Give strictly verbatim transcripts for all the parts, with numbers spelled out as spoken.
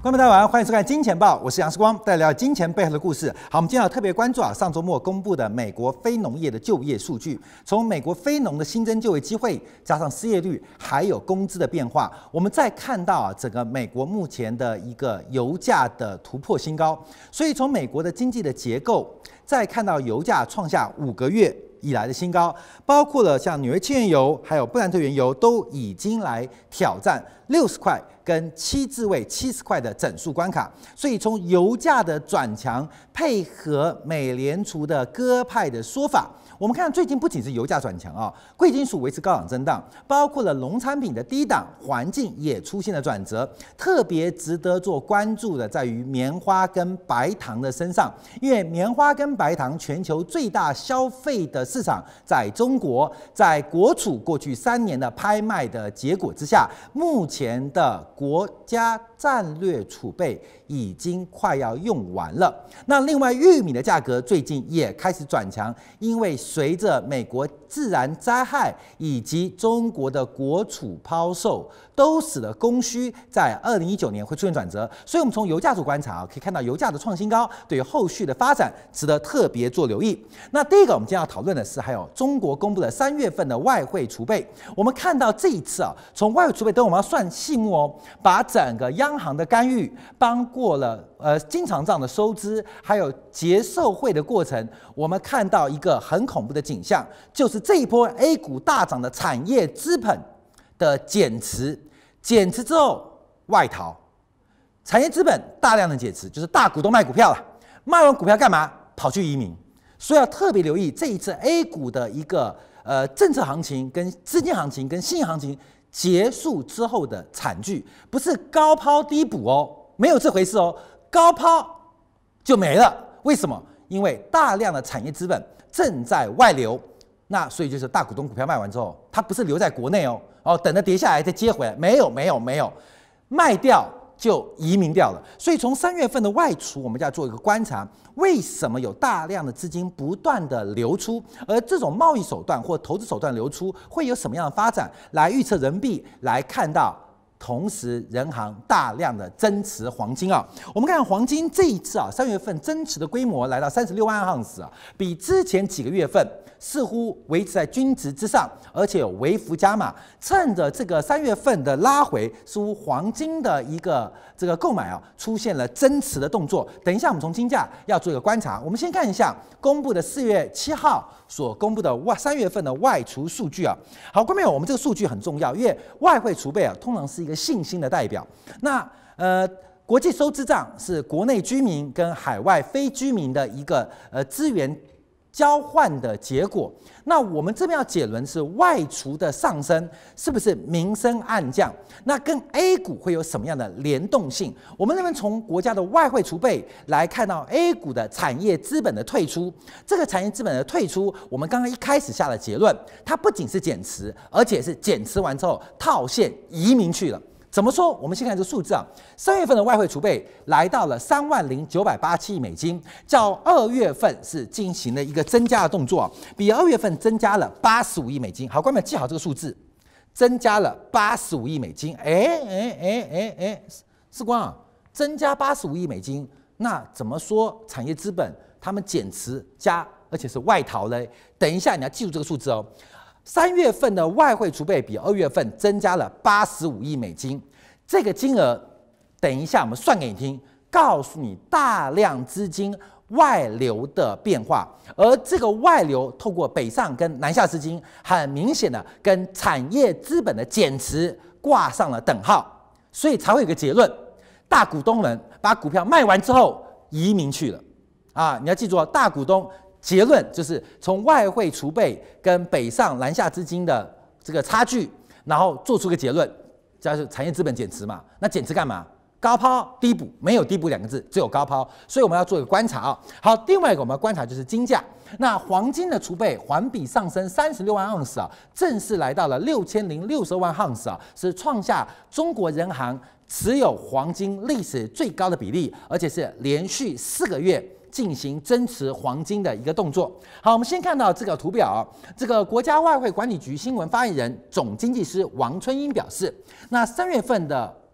观众大家晚上欢迎收看《金钱报》，我是杨世光，带来聊金钱背后的故事。好，我们今天要特别关注啊，上周末公布的美国非农业的就业数据，从美国非农的新增就业机会，加上失业率，还有工资的变化，我们再看到啊，整个美国目前的一个油价的突破新高，所以从美国的经济的结构，再看到油价创下五个月以来的新高，包括了像纽约轻原油还有布兰特原油都已经来挑战六十块跟七字位七十块的整数关卡，所以从油价的转强配合美联储的鸽派的说法，我们看最近不仅是油价转强啊，贵金属维持高档震荡，包括了农产品的低档环境也出现了转折。特别值得做关注的在于棉花跟白糖的身上，因为棉花跟白糖全球最大消费的市场在中国，在国储过去三年的拍卖的结果之下，目前的国家战略储备已经快要用完了。那另外玉米的价格最近也开始转强，因为随着美国自然灾害以及中国的国储抛售，都使得供需在二零一九年会出现转折。所以，我们从油价做观察啊，可以看到油价的创新高，对于后续的发展值得特别做留意。那第一个，我们今天要讨论的是，还有中国公布的三月份的外汇储备。我们看到这一次啊，从外汇储备，等我们要算细目哦，把整个央行的干预，包括了呃经常账的收支，还有结售汇的过程，我们看到一个很恐怖的景象，就是这一波 A 股大涨的产业资本的减持，减持之后外逃，产业资本大量的减持，就是大股东卖股票了，卖完股票干嘛？跑去移民。所以要特别留意这一次 A 股的一个呃政策行情、跟资金行情、跟信息行情结束之后的惨剧，不是高抛低补哦，没有这回事哦，高抛就没了。为什么？因为大量的产业资本正在外流，那所以就是大股东股票卖完之后，它不是留在国内哦，哦等着跌下来再接回来，没有没有没有，卖掉就移民掉了。所以从三月份的外出，我们就要做一个观察，为什么有大量的资金不断的流出，而这种贸易手段或投资手段流出会有什么样的发展？来预测人民币，来看到。同时，人行大量的增持黄金啊，我们看黄金这一次啊，三月份增持的规模来到三十六万盎司啊，比之前几个月份似乎维持在均值之上，而且有微幅加码。趁着这个三月份的拉回，似乎黄金的一个这个购买啊，出现了增持的动作。等一下，我们从金价要做一个观察。我们先看一下公布的四月七号所公布的外三月份的外储数据啊。好，观众朋友，我们这个数据很重要，因为外汇储备啊，通常是一个信心的代表。那呃，国际收支账是国内居民跟海外非居民的一个呃资源交换的结果。那我们这边要解论是外储的上升是不是民生暗降？那跟 A 股会有什么样的联动性？我们认为从国家的外汇储备来看到 A 股的产业资本的退出，这个产业资本的退出，我们刚刚一开始下了结论，它不仅是减持，而且是减持完之后套现移民去了。怎么说？我们先看这个数字啊，三月份的外汇储备来到了三万零九百八十七亿美金，较二月份是进行了一个增加的动作，比二月份增加了八十五亿美金。好，观众们记好这个数字，增加了八十五亿美金。哎哎哎哎哎，世光啊，增加八十五亿美金，那怎么说产业资本他们减持加，而且是外逃嘞？等一下你要记住这个数字哦。三月份的外汇储备比二月份增加了八十五亿美金，这个金额，等一下我们算给你听，告诉你大量资金外流的变化，而这个外流透过北上跟南下资金，很明显的跟产业资本的减持挂上了等号，所以才会有个结论：大股东们把股票卖完之后移民去了。啊，你要记住哦，大股东。结论就是从外汇储备跟北上南下资金的这个差距，然后做出个结论，就是产业资本减持嘛。那减持干嘛？高抛低补，没有低补两个字，只有高抛。所以我们要做一个观察啊。好，另外一个我们要观察就是金价。那黄金的储备环比上升三十六万盎司啊，正式来到了六千零六十万盎司啊，是创下中国人行持有黄金历史最高的比例，而且是连续四个月。进行增持黄金的一个动作。好，我们先看到这个图表啊，这个国家外汇管理局新闻发言人总经济师王春英表示，那三月份的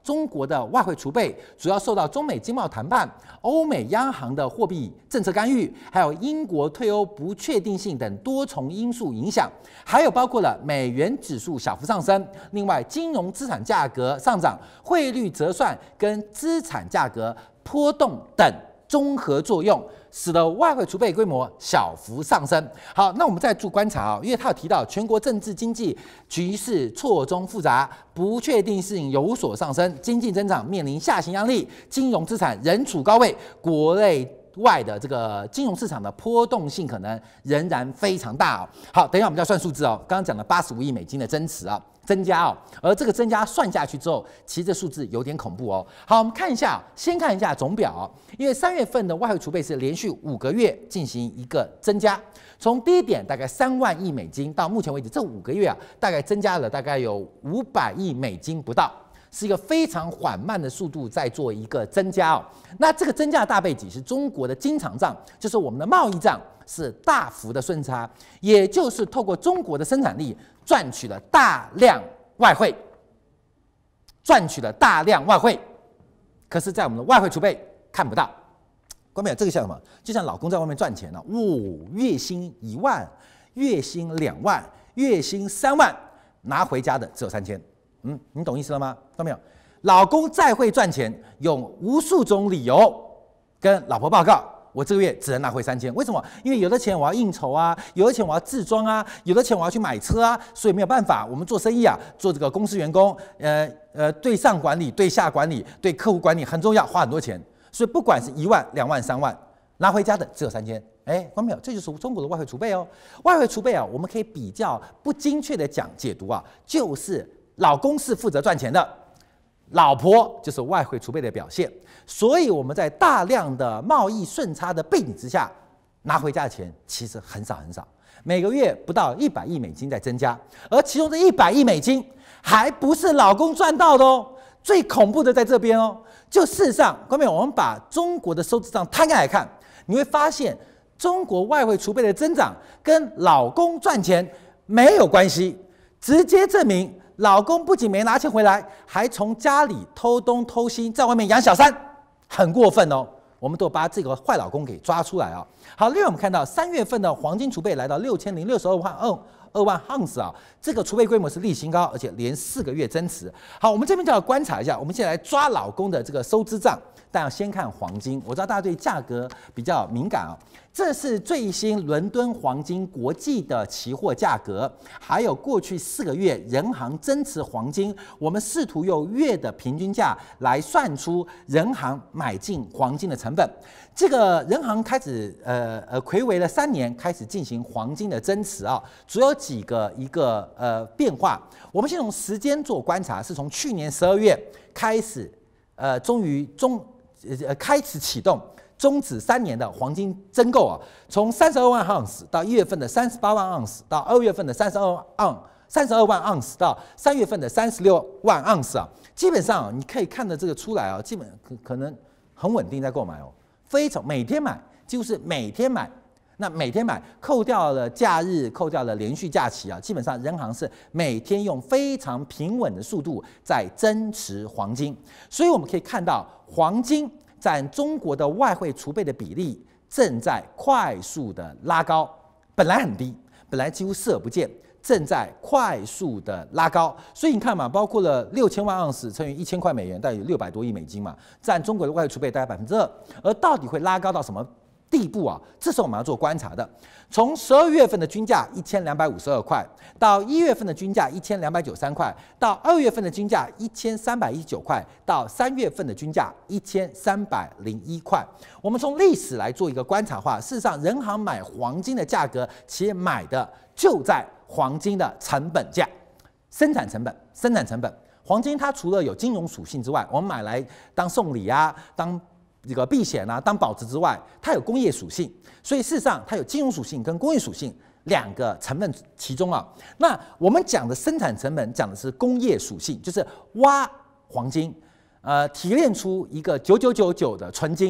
中国的外汇储备主要受到中美经贸谈判、欧美央行的货币政策干预，还有英国退欧不确定性等多重因素影响，还有包括了美元指数小幅上升，另外金融资产价格上涨、汇率折算跟资产价格波动等综合作用，使得外汇储备规模小幅上升。好，那我们再注观察啊，因为他有提到全国政治经济局势错综复杂，不确定性有所上升，经济增长面临下行压力，金融资产仍处高位，国内外的这个金融市场的波动性可能仍然非常大哦。好，等一下我们就要算数字哦，刚刚讲了八十五亿美金的增持啊。增加哦，而这个增加算下去之后，其实这数字有点恐怖哦。好，我们看一下，先看一下总表哦，因为三月份的外汇储备是连续五个月进行一个增加，从低点大概三万亿美金到目前为止这五个月啊，大概增加了大概有五百亿美金不到，是一个非常缓慢的速度在做一个增加哦。那这个增加的大背景是中国的经常账，就是我们的贸易账是大幅的顺差，也就是透过中国的生产力赚取了大量外汇，赚取了大量外汇，可是，在我们的外汇储备看不到。观众朋友，这个像什么？就像老公在外面赚钱了、啊，哦，月薪一万，月薪两万，月薪三万，拿回家的只有三千。嗯，你懂意思了吗？看到没有？老公再会赚钱，用无数种理由跟老婆报告。我这个月只能拿回三千，为什么？因为有的钱我要应酬啊，有的钱我要自装啊，有的钱我要去买车啊，所以没有办法。我们做生意啊，做这个公司员工，呃呃，对上管理、对下管理、对客户管理很重要，花很多钱。所以不管是一万、两万、三万，拿回家的只有三千。哎，观众朋友，这就是中国的外汇储备哦。外汇储备啊，我们可以比较不精确的讲解读啊，就是老公是负责赚钱的。老婆就是外汇储备的表现，所以我们在大量的贸易顺差的背景之下，拿回家的钱其实很少很少，每个月不到一百亿美金在增加，而其中这一百亿美金还不是老公赚到的哦。最恐怖的在这边哦，就事实上，观众朋友，我们把中国的收支账摊开来看，你会发现中国外汇储备的增长跟老公赚钱没有关系，直接证明。老公不仅没拿钱回来，还从家里偷东偷西，在外面养小三，很过分哦。我们都把这个坏老公给抓出来啊、哦。好，另外我们看到三月份的黄金储备来到六千零六十二万二二万盎司啊，这个储备规模是历新高，而且连四个月增持。好，我们这边就要观察一下，我们现在来抓老公的这个收支账，但要先看黄金。我知道大家对价格比较敏感啊、哦。这是最新伦敦黄金国际的期货价格，还有过去四个月人行增持黄金，我们试图用月的平均价来算出人行买进黄金的成本。这个人行开始呃呃睽违了三年，开始进行黄金的增持啊，主要几个一个呃变化。我们先从时间做观察，是从去年十二月开始，呃，终于中呃开始启动。终止三年的黄金增购啊，从三十二万盎司到一月份的三十八万盎司，到二月份的三十二盎三十二万盎司，到三月份的三十六万盎司啊，基本上、啊、你可以看得这个出来啊，基本可可能很稳定在购买哦，非常每天买，几乎是每天买。那每天买，扣掉了假日，扣掉了连续假期啊，基本上人行是每天用非常平稳的速度在增持黄金，所以我们可以看到黄金占中国的外汇储备的比例正在快速的拉高，本来很低，本来几乎视而不见，正在快速的拉高。所以你看嘛，包括了六千万盎司乘以一千块美元，大概有六百多亿美金嘛，占中国的外汇储备大概百分之二。而到底会拉高到什么地步啊？这是我们要做观察的。从十二月份的均价一千两百五十二块，到一月份的均价一千两百九十三块，到二月份的均价一千三百一十九块，到三月份的均价一千三百零一块。我们从历史来做一个观察化，事实上，人行买黄金的价格，其实买的就在黄金的成本价、生产成本、生产成本。黄金它除了有金融属性之外，我们买来当送礼啊，当这个避险啊，当保值之外，它有工业属性，所以事实上它有金融属性跟工业属性两个成分其中啊。那我们讲的生产成本讲的是工业属性，就是挖黄金，呃，提炼出一个九九九九的纯金，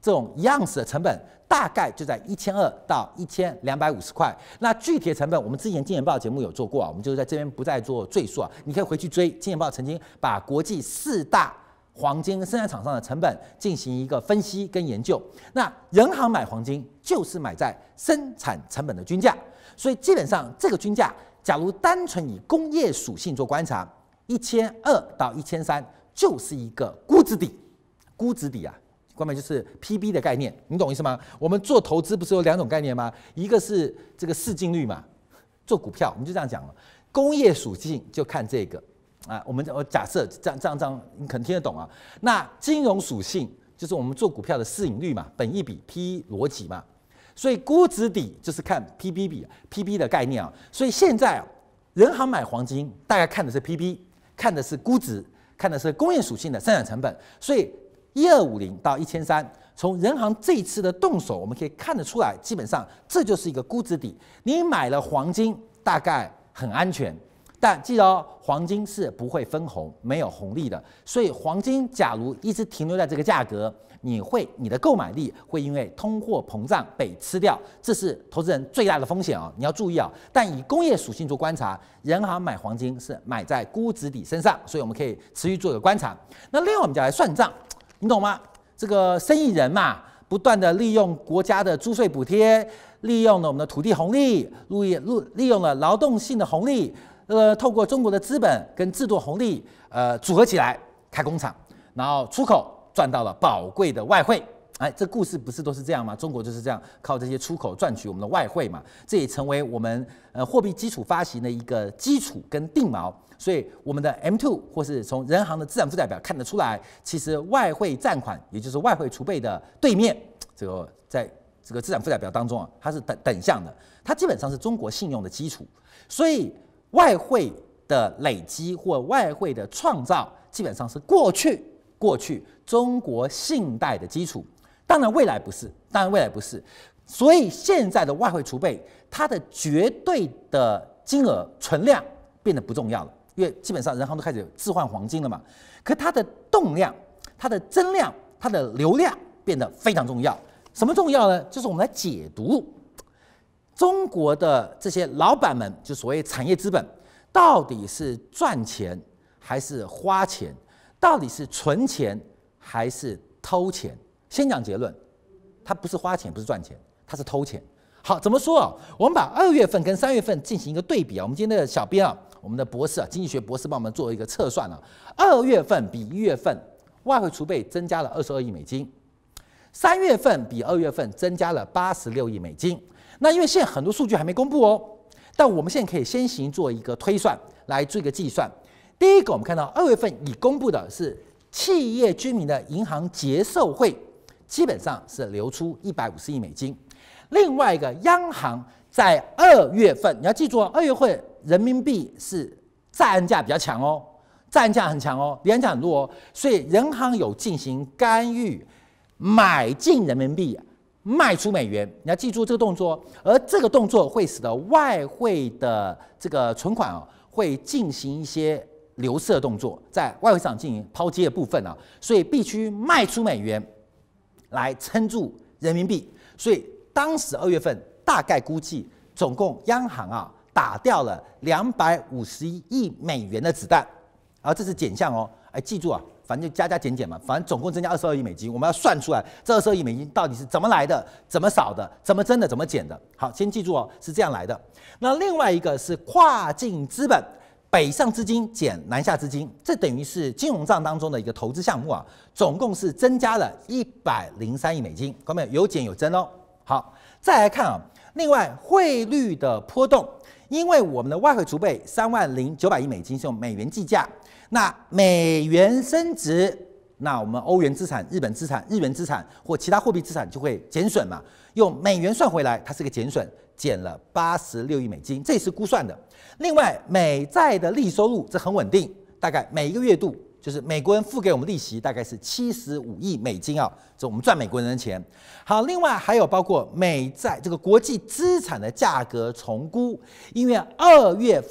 这种一盎司的成本大概就在一千二到一千两百五十块。那具体的成本，我们之前金钱豹节目有做过啊，我们就在这边不再做赘述啊。你可以回去追金钱豹曾经把国际四大黄金生产厂商的成本进行一个分析跟研究。那人行买黄金就是买在生产成本的均价，所以基本上这个均价，假如单纯以工业属性做观察，一千二到一千三就是一个估值底，估值底啊。关键就是 P B 的概念，你懂意思吗？我们做投资不是有两种概念吗？一个是这个市净率嘛，做股票我们就这样讲了，工业属性就看这个啊。我们我假设这样这样这样，你可能听得懂啊。那金融属性就是我们做股票的市盈率嘛，本益比 P E 逻辑嘛。所以估值底就是看 P B 比 P B 的概念啊。所以现在啊，人行买黄金大概看的是 P B， 看的是估值，看的是工业属性的生产成本，所以。一二五零到一千三，从人行这一次的动手，我们可以看得出来，基本上这就是一个估值底。你买了黄金，大概很安全，但记得哦，黄金是不会分红，没有红利的。所以黄金假如一直停留在这个价格，你会你的购买力会因为通货膨胀被吃掉，这是投资人最大的风险啊、哦！你要注意啊、哦。但以工业属性做观察，人行买黄金是买在估值底身上，所以我们可以持续做一个观察。那另外我们就来算账。你懂吗？这个生意人嘛，不断的利用国家的租税补贴，利用了我们的土地红利，利利用了劳动性的红利，呃，透过中国的资本跟制度红利，呃，组合起来开工厂，然后出口赚到了宝贵的外汇。哎，这故事不是都是这样吗？中国就是这样，靠这些出口赚取我们的外汇嘛，这也成为我们呃货币基础发行的一个基础跟定锚。所以我们的 M 二 或是从人行的资产负债表看得出来，其实外汇占款，也就是外汇储备的对面，这个在这个资产负债表当中啊，它是等等向的，它基本上是中国信用的基础。所以外汇的累积或外汇的创造，基本上是过去过去中国信贷的基础。当然未来不是，当然未来不是。所以现在的外汇储备，它的绝对的金额存量变得不重要了。因为基本上人行都开始置换黄金了嘛，可它的动量、它的增量、它的流量变得非常重要。什么重要呢？就是我们来解读中国的这些老板们，就所谓产业资本，到底是赚钱还是花钱？到底是存钱还是偷钱？先讲结论，它不是花钱，不是赚钱，它是偷钱。好，怎么说啊？我们把二月份跟三月份进行一个对比啊。我们今天的小编啊。我们的博士啊，经济学博士帮我们做一个测算啊，二月份比一月份外汇储备增加了二十二亿美金，三月份比二月份增加了八十六亿美金。那因为现在很多数据还没公布哦，但我们现在可以先行做一个推算，来做一个计算。第一个，我们看到二月份已公布的是企业居民的银行结售汇，基本上是流出一百五十亿美金。另外一个，央行在二月份，你要记住哦，二月份人民币是在岸价比较强哦，在岸价很强哦，离岸价很弱哦，所以人行有进行干预，买进人民币，卖出美元。你要记住这个动作，而这个动作会使得外汇的这个存款哦，会进行一些流失的动作，在外汇市场进行抛接的部分啊，所以必须卖出美元来撑住人民币。所以当时二月份大概估计，总共央行啊。打掉了两百五十一亿美元的子弹，而这是减项哦。哎，记住啊，反正就加加减减嘛，反正总共增加二十二亿美金，我们要算出来这二十二亿美金到底是怎么来的，怎么少的，怎么增的，怎么减的。好，先记住哦，是这样来的。那另外一个是跨境资本，北上资金减南下资金，这等于是金融账当中的一个投资项目啊，总共是增加了一百零三亿美金，看到没有？有减有增哦。好，再来看啊，另外汇率的波动。因为我们的外汇储备三万零九百亿美金是用美元计价，那美元升值，那我们欧元资产、日本资产、日元资产或其他货币资产就会减损嘛。用美元算回来，它是个减损，减了八十六亿美金，这也是估算的。另外，美债的利收入这很稳定，大概每一个月度就是美国人付给我们利息，大概是七十五亿美金啊，这我们赚美国人的钱。好，另外还有包括美债这个国际资产的价格重估，因为二月份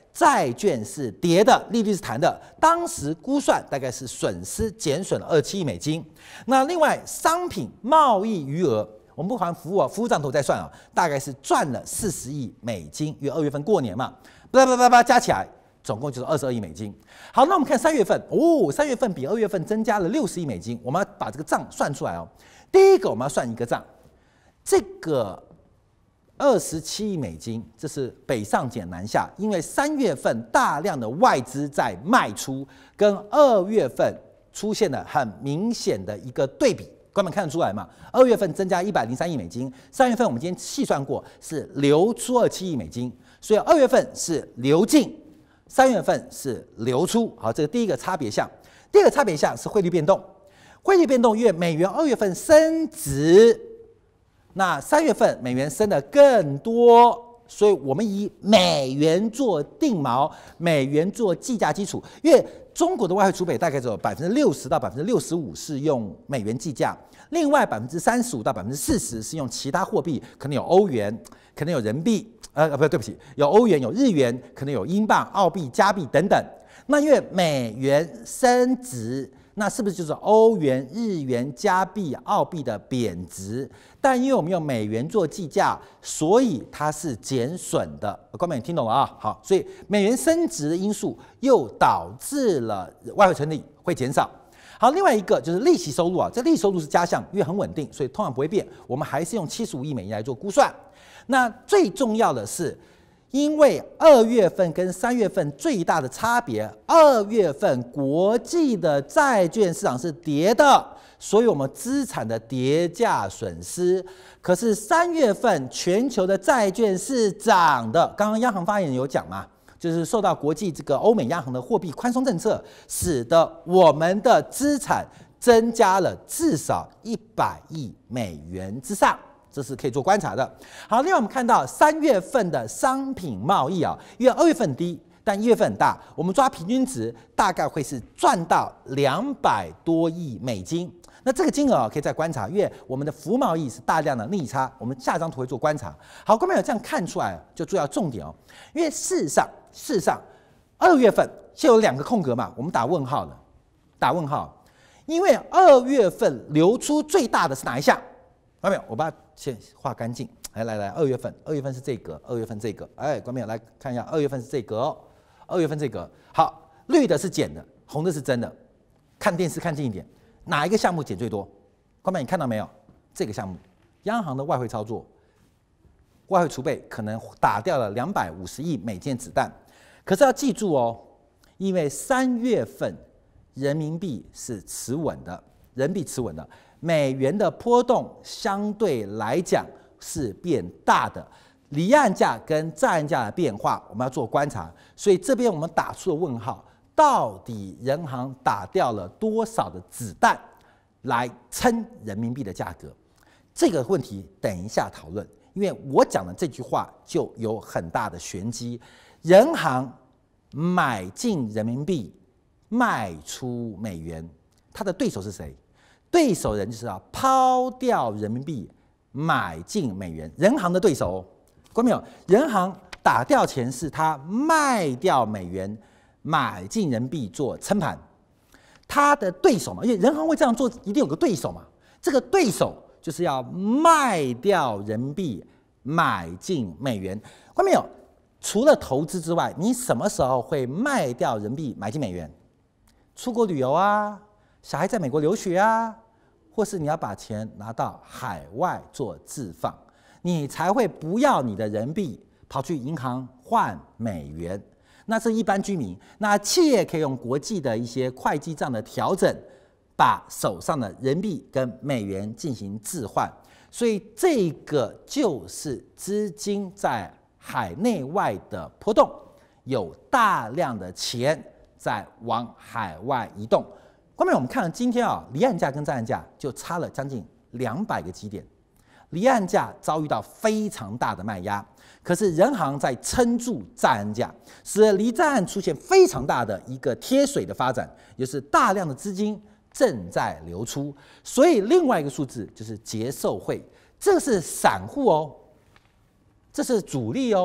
债券是跌的，利率是弹的，当时估算大概是损失减损了二十七亿美金。那另外商品贸易余额，我们不含服务啊，服务账头再算啊，大概是赚了四十亿美金，因为二月份过年嘛，叭叭叭叭加起来总共就是二十二亿美金。好，那我们看三月份，哦，三月份比二月份增加了六十亿美金，我们要把这个账算出来哦。第一个我们要算一个账，这个二十七亿美金，这是北上减南下，因为三月份大量的外资在卖出，跟二月份出现了很明显的一个对比。观众看得出来嘛？二月份增加一百零三亿美金，三月份我们今天细算过是流出二十七亿美金，所以二月份是流进，三月份是流出。好，这个第一个差别项。第二个差别项是汇率变动，汇率变动，因为美元二月份升值，那三月份美元升的更多，所以我们以美元做定锚，美元做计价基础，因为中国的外汇储备大概只有百分之六十到百分之六十五是用美元计价，另外百分之三十五到百分之四十是用其他货币，可能有欧元，可能有人民币，呃，不，对不起，有欧元、有日元，可能有英镑、澳币、加币等等。那因为美元升值，那是不是就是欧元、日元、加币、澳币的贬值？但因为我们用美元做计价，所以它是减损的。观众们听懂了啊？好，所以美元升值的因素又导致了外汇存底会减少。好，另外一个就是利息收入啊，这利息收入是加项，因为很稳定，所以通常不会变。我们还是用七十五亿美元来做估算。那最重要的是，因为二月份跟三月份最大的差别，二月份国际的债券市场是跌的，所以我们资产的跌价损失。可是三月份全球的债券是涨的，刚刚央行发言人有讲嘛，就是受到国际这个欧美央行的货币宽松政策，使得我们的资产增加了至少一百亿美元之上。这是可以做观察的。好，另外我们看到三月份的商品贸易啊，因为二月份低，但一月份很大，我们抓平均值大概会是赚到两百多亿美金。那这个金额啊，可以再观察，因为我们的服务贸易是大量的逆差，我们下张图会做观察。好，观众有这样看出来，就注意到重点哦，因为事实上，事实上二月份就有两个空格嘛，我们打问号了，打问号，因为二月份流出最大的是哪一项？看到没有？我把它先画干净。来来来，二月份，二月份是这个，二月份这个，哎，观众朋友来看一下，二月份是这个哦，二月份这个。好，绿的是减的，红的是真的。看电视看近一点，哪一个项目减最多？观众朋友你看到没有？这个项目，央行的外汇操作，外汇储备可能打掉了两百五十亿美金子弹。可是要记住哦，因为三月份人民币是持稳的，人民币持稳的。美元的波动相对来讲是变大的，离岸价跟在岸价的变化我们要做观察，所以这边我们打出了问号，到底人行打掉了多少的子弹来撑人民币的价格？这个问题等一下讨论，因为我讲的这句话就有很大的玄机，人行买进人民币，卖出美元，它的对手是谁？对手人就是要抛掉人民币，买进美元。人行的对手、哦，观众朋友，人行打掉钱是他卖掉美元，买进人民币做撑盘。他的对手嘛，因为人行会这样做，一定有个对手嘛。这个对手就是要卖掉人民币，买进美元。观众朋友，除了投资之外，你什么时候会卖掉人民币买进美元？出国旅游啊。小孩在美国留学啊，或是你要把钱拿到海外做置放，你才会不要你的人民币跑去银行换美元。那是一般居民，那企业可以用国际的一些会计账的调整，把手上的人民币跟美元进行置换。所以这个就是资金在海内外的波动，有大量的钱在往海外移动。后面我们看了今天啊，离岸价跟在岸价就差了将近两百个基点，离岸价遭遇到非常大的卖压，可是人行在撑住在岸价，使得离在岸出现非常大的一个贴水的发展，也就是大量的资金正在流出。所以另外一个数字就是结售汇，这是散户哦，这是主力哦。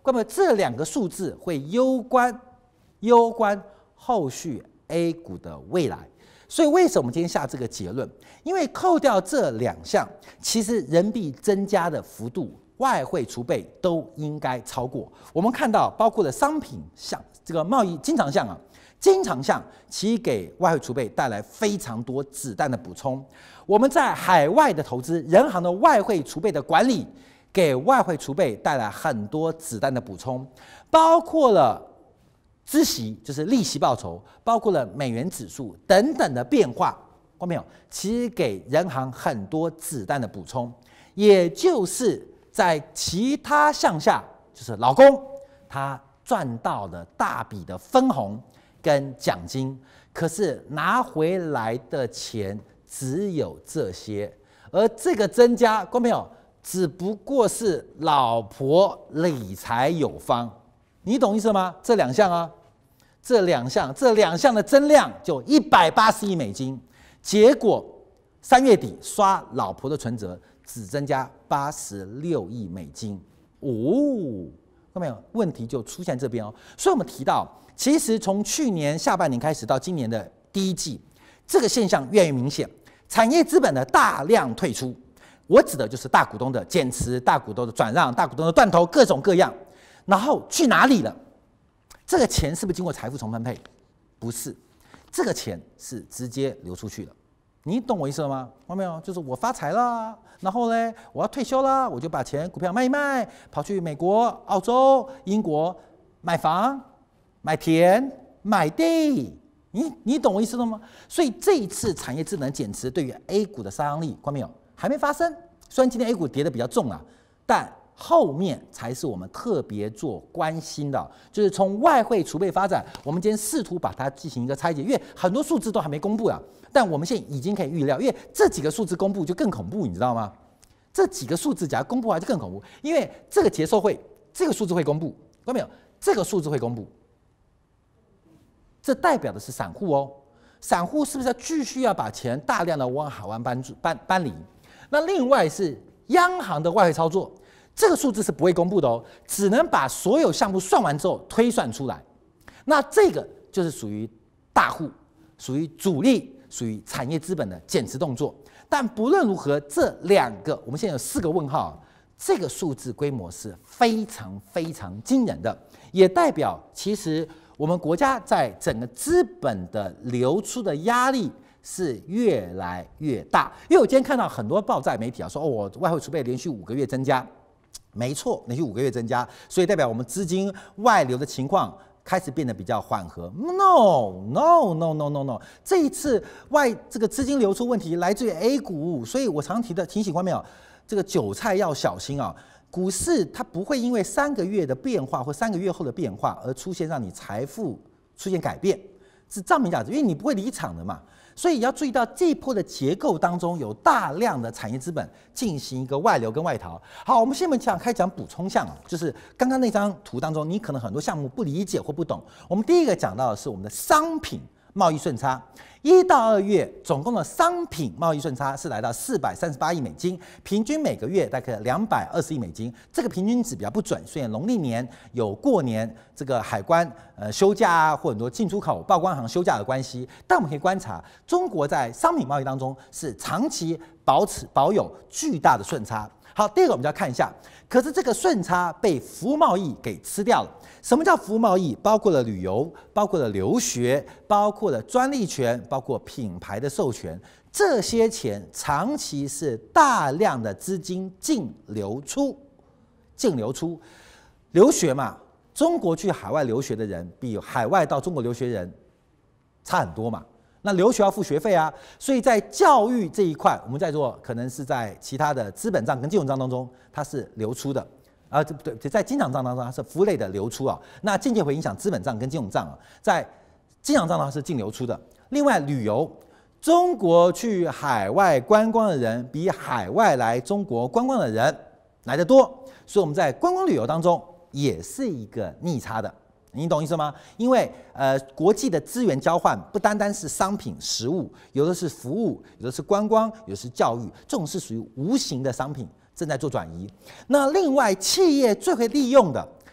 那么这两个数字会攸关攸关后续 A 股的未来。所以为什么我们今天下这个结论？因为扣掉这两项，其实人民币增加的幅度、外汇储备都应该超过。我们看到，包括了商品项、这个贸易经常项啊，经常项其给外汇储备带来非常多子弹的补充。我们在海外的投资，人行的外汇储备的管理，给外汇储备带来很多子弹的补充，包括了孳息，就是利息报酬，包括了美元指数等等的变化，看到没有？其实给人行很多子弹的补充，也就是在其他项下，就是劳工他赚到了大笔的分红跟奖金，可是拿回来的钱只有这些，而这个增加，看到没有？只不过是老婆理财有方，你懂意思吗？这两项啊。这两项，这两项的增量就一百八十亿美金，结果三月底刷老婆的存折只增加八十六亿美金，哦，看到没有？问题就出现这边哦。所以我们提到，其实从去年下半年开始到今年的第一季，这个现象越来越明显，产业资本的大量退出，我指的就是大股东的减持、大股东的转让、大股东的断头，各种各样，然后去哪里了？这个钱是不是经过财富重分配？不是，这个钱是直接流出去了。你懂我意思了吗？看到没有？就是我发财了，然后呢，我要退休了，我就把钱股票卖一卖，跑去美国、澳洲、英国买房、买田、买地。你你懂我意思了吗？所以这一次产业智能减持对于 A 股的杀伤力，看到没有？还没发生。虽然今天 A 股跌得比较重啊，但后面才是我们特别做关心的，就是从外汇储备发展，我们今天试图把它进行一个拆解，因为很多数字都还没公布啊，但我们现在已经可以预料，因为这几个数字公布就更恐怖，你知道吗？这几个数字假如公布完就更恐怖，因为这个结售会，这个数字会公布，看到没有？这个数字会公布，这代表的是散户哦，散户是不是要继续要把钱大量的往海湾搬搬搬离？那另外是央行的外汇操作。这个数字是不会公布的哦，只能把所有项目算完之后推算出来。那这个就是属于大户，属于主力，属于产业资本的减持动作。但不论如何，这两个我们现在有四个问号，这个数字规模是非常非常惊人的，也代表其实我们国家在整个资本的流出的压力是越来越大。因为我今天看到很多报载媒体啊说，哦，我外汇储备连续五个月增加。没错，连续五个月增加，所以代表我们资金外流的情况开始变得比较缓和。No No No No No No， 这一次外这个资金流出问题来自于 A 股，所以我常提的提醒观众朋友，这个韭菜要小心啊。股市它不会因为三个月的变化或三个月后的变化而出现让你财富出现改变，是账面价值，因为你不会离场的嘛。所以要注意到这一波的结构当中有大量的产业资本进行一个外流跟外逃。好，我们现在讲开始讲补充项啊，就是刚刚那张图当中，你可能很多项目不理解或不懂。我们第一个讲到的是我们的商品贸易顺差，一到二月总共的商品贸易顺差是来到四百三十八亿美金，平均每个月大概两百二十亿美金。这个平均值比较不准，虽然农历年有过年这个海关呃休假啊，或很多进出口报关行休假的关系，但我们可以观察，中国在商品贸易当中是长期保持保有巨大的顺差。好，第二个我们就要看一下，可是这个顺差被服务贸易给吃掉了。什么叫服务贸易？包括了旅游，包括了留学，包括了专利权，包括品牌的授权，这些钱长期是大量的资金净流出，净流出。留学嘛，中国去海外留学的人比海外到中国留学人差很多嘛。那留学要付学费啊，所以在教育这一块，我们在做可能是在其他的资本账跟金融账当中，它是流出的啊，对不对？在经常账当中，它是服务类的流出啊，那间接会影响资本账跟金融账啊，在经常账当中是净流出的。另外，旅游，中国去海外观光的人比海外来中国观光的人来得多，所以我们在观光旅游当中也是一个逆差的。你懂意思吗？因为呃，国际的资源交换不单单是商品、实物，有的是服务，有的是观光，有的是教育，这种是属于无形的商品正在做转移。那另外，企业最会利用的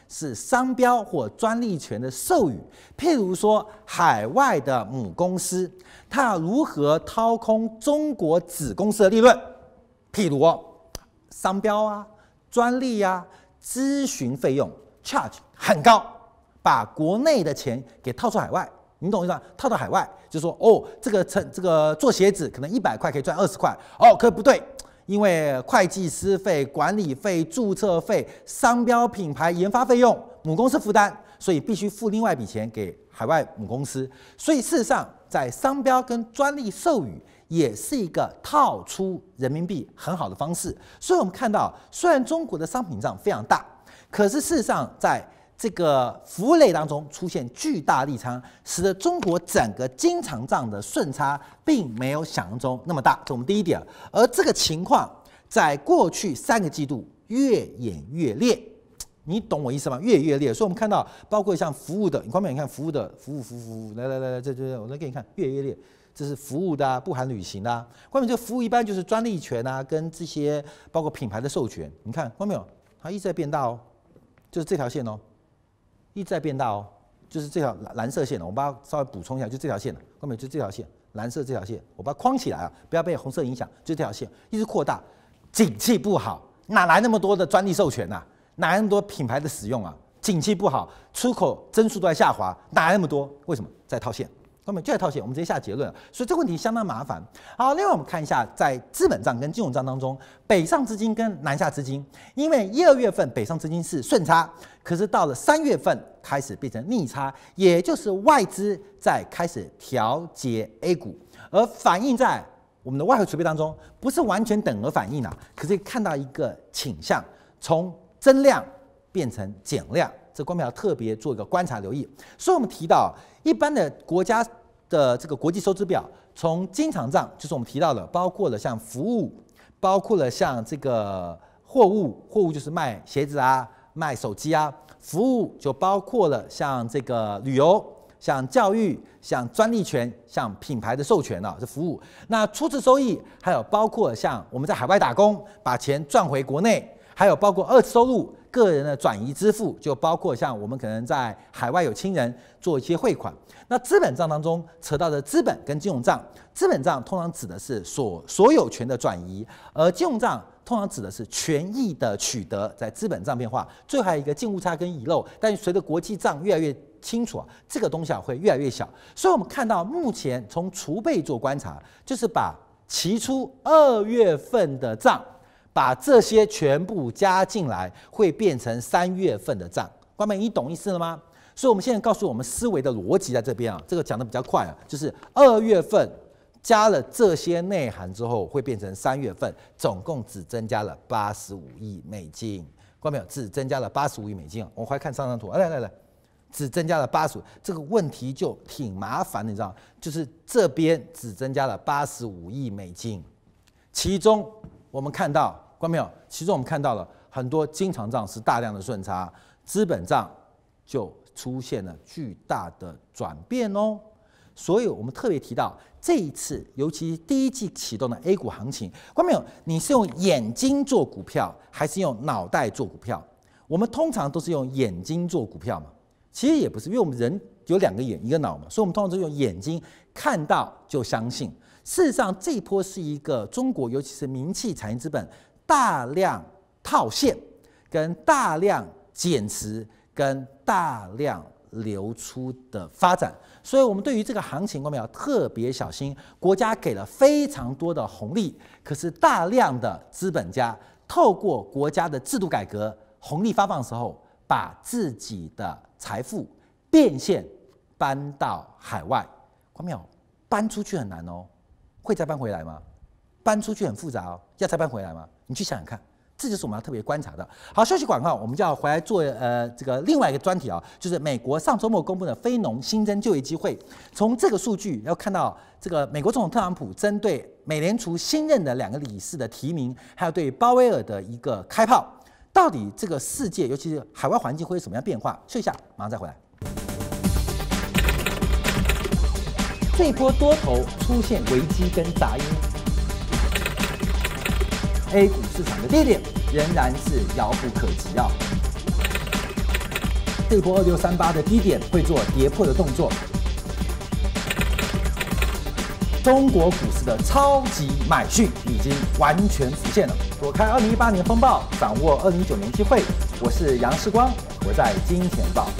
是商标或专利权的授予。譬如说，海外的母公司，它要如何掏空中国子公司的利润？譬如哦，商标啊、专利啊、咨询费用 charge 很高，把国内的钱给套出海外。你懂我意思吗？套到海外，就说哦，这个成这个做鞋子可能一百块可以赚二十块，哦，可不对，因为会计师费、管理费、注册费、商标品牌研发费用，母公司负担，所以必须付另外一笔钱给海外母公司。所以事实上，在商标跟专利授予也是一个套出人民币很好的方式。所以我们看到，虽然中国的商品账非常大，可是事实上在这个服务类当中出现巨大利差，使得中国整个经常账的顺差并没有想象中那么大，这是我们第一点。而这个情况在过去三个季度越演越烈，你懂我意思吗？越演越烈。所以我们看到，包括像服务的，你光面你看服务的服务服务服务，来来来来，这这我来给你看，越演越烈。这是服务的、啊，不含旅行的、啊。光面这个服务一般就是专利权啊，跟这些包括品牌的授权。你看，光没有？它一直在变大哦，就是这条线哦。一直在变大哦，就是这条蓝色线，我把它稍微补充一下，就这条线了。后面就这条线，蓝色这条线，我把它框起来啊，不要被红色影响。就这条线一直扩大，景气不好，哪来那么多的专利授权啊？哪来那么多品牌的使用啊？景气不好，出口增速都在下滑，哪来那么多？为什么？在套现。后面就在套现，我们直接下结论了。所以这个问题相当麻烦。好，另外我们看一下，在资本账跟金融账当中，北上资金跟南下资金，因为一二月份北上资金是顺差，可是到了三月份开始变成逆差，也就是外资在开始调节 A 股，而反映在我们的外汇储备当中，不是完全等额反应啊，可是看到一个倾向，从增量变成减量。这观众要特别做一个观察留意，所以我们提到一般的国家的这个国际收支表，从经常账就是我们提到的，包括了像服务，包括了像这个货物，货物就是卖鞋子啊、卖手机啊，服务就包括了像这个旅游、像教育、像专利权、像品牌的授权啊，这服务。那初次收益还有包括像我们在海外打工，把钱赚回国内，还有包括二次收入。个人的转移支付，就包括像我们可能在海外有亲人做一些汇款。那资本账当中扯到的资本跟金融账，资本账通常指的是所所有权的转移，而金融账通常指的是权益的取得，在资本账变化。最后还有一个净误差跟遗漏，但随着国际账越来越清楚啊，这个东西啊会越来越小。所以我们看到目前从储备做观察，就是把期初二月份的账。把这些全部加进来，会变成三月份的账。观众们，你懂意思了吗？所以我们现在告诉我们思维的逻辑在这边啊，这个讲的比较快啊，就是二月份加了这些内涵之后，会变成三月份，总共只增加了八十五亿美金。观众没有？只增加了八十五亿美金啊！我们来看上张图，来来来，只增加了八十五，这个问题就挺麻烦的，你知道？就是这边只增加了八十五亿美金，其中我们看到。观众朋友，其中我们看到了很多经常账是大量的顺差，资本账就出现了巨大的转变哦。所以我们特别提到这一次，尤其第一季启动的 A 股行情，观众朋友，你是用眼睛做股票，还是用脑袋做股票？我们通常都是用眼睛做股票嘛，其实也不是，因为我们人有两个眼一个脑嘛，所以我们通常都用眼睛看到就相信。事实上，这一波是一个中国，尤其是民企产业资本。大量套现、跟大量减持、跟大量流出的发展，所以我们对于这个行情，我们要特别小心。国家给了非常多的红利，可是大量的资本家透过国家的制度改革、红利发放的时候，把自己的财富变现搬到海外，观众搬出去很难哦，会再搬回来吗？搬出去很复杂哦，要再搬回来吗？你去想想看，这就是我们要特别观察的。好，休息广告，我们就要回来做呃这个另外一个专题啊，就是美国上周末公布的非农新增就业机会。从这个数据要看到，这个美国总统特朗普针对美联储新任的两个理事的提名，还有对鲍威尔的一个开炮，到底这个世界，尤其是海外环境会有什么样变化？休息一下，马上再回来。这一波多头出现危机跟杂音。A 股市场的低点仍然是遥不可及啊！ 这波二六三八的低点会做跌破的动作。中国股市的超级买讯已经完全浮现了。躲开二零一八年风暴，掌握二零一九年机会。我是杨世光，我在金钱报。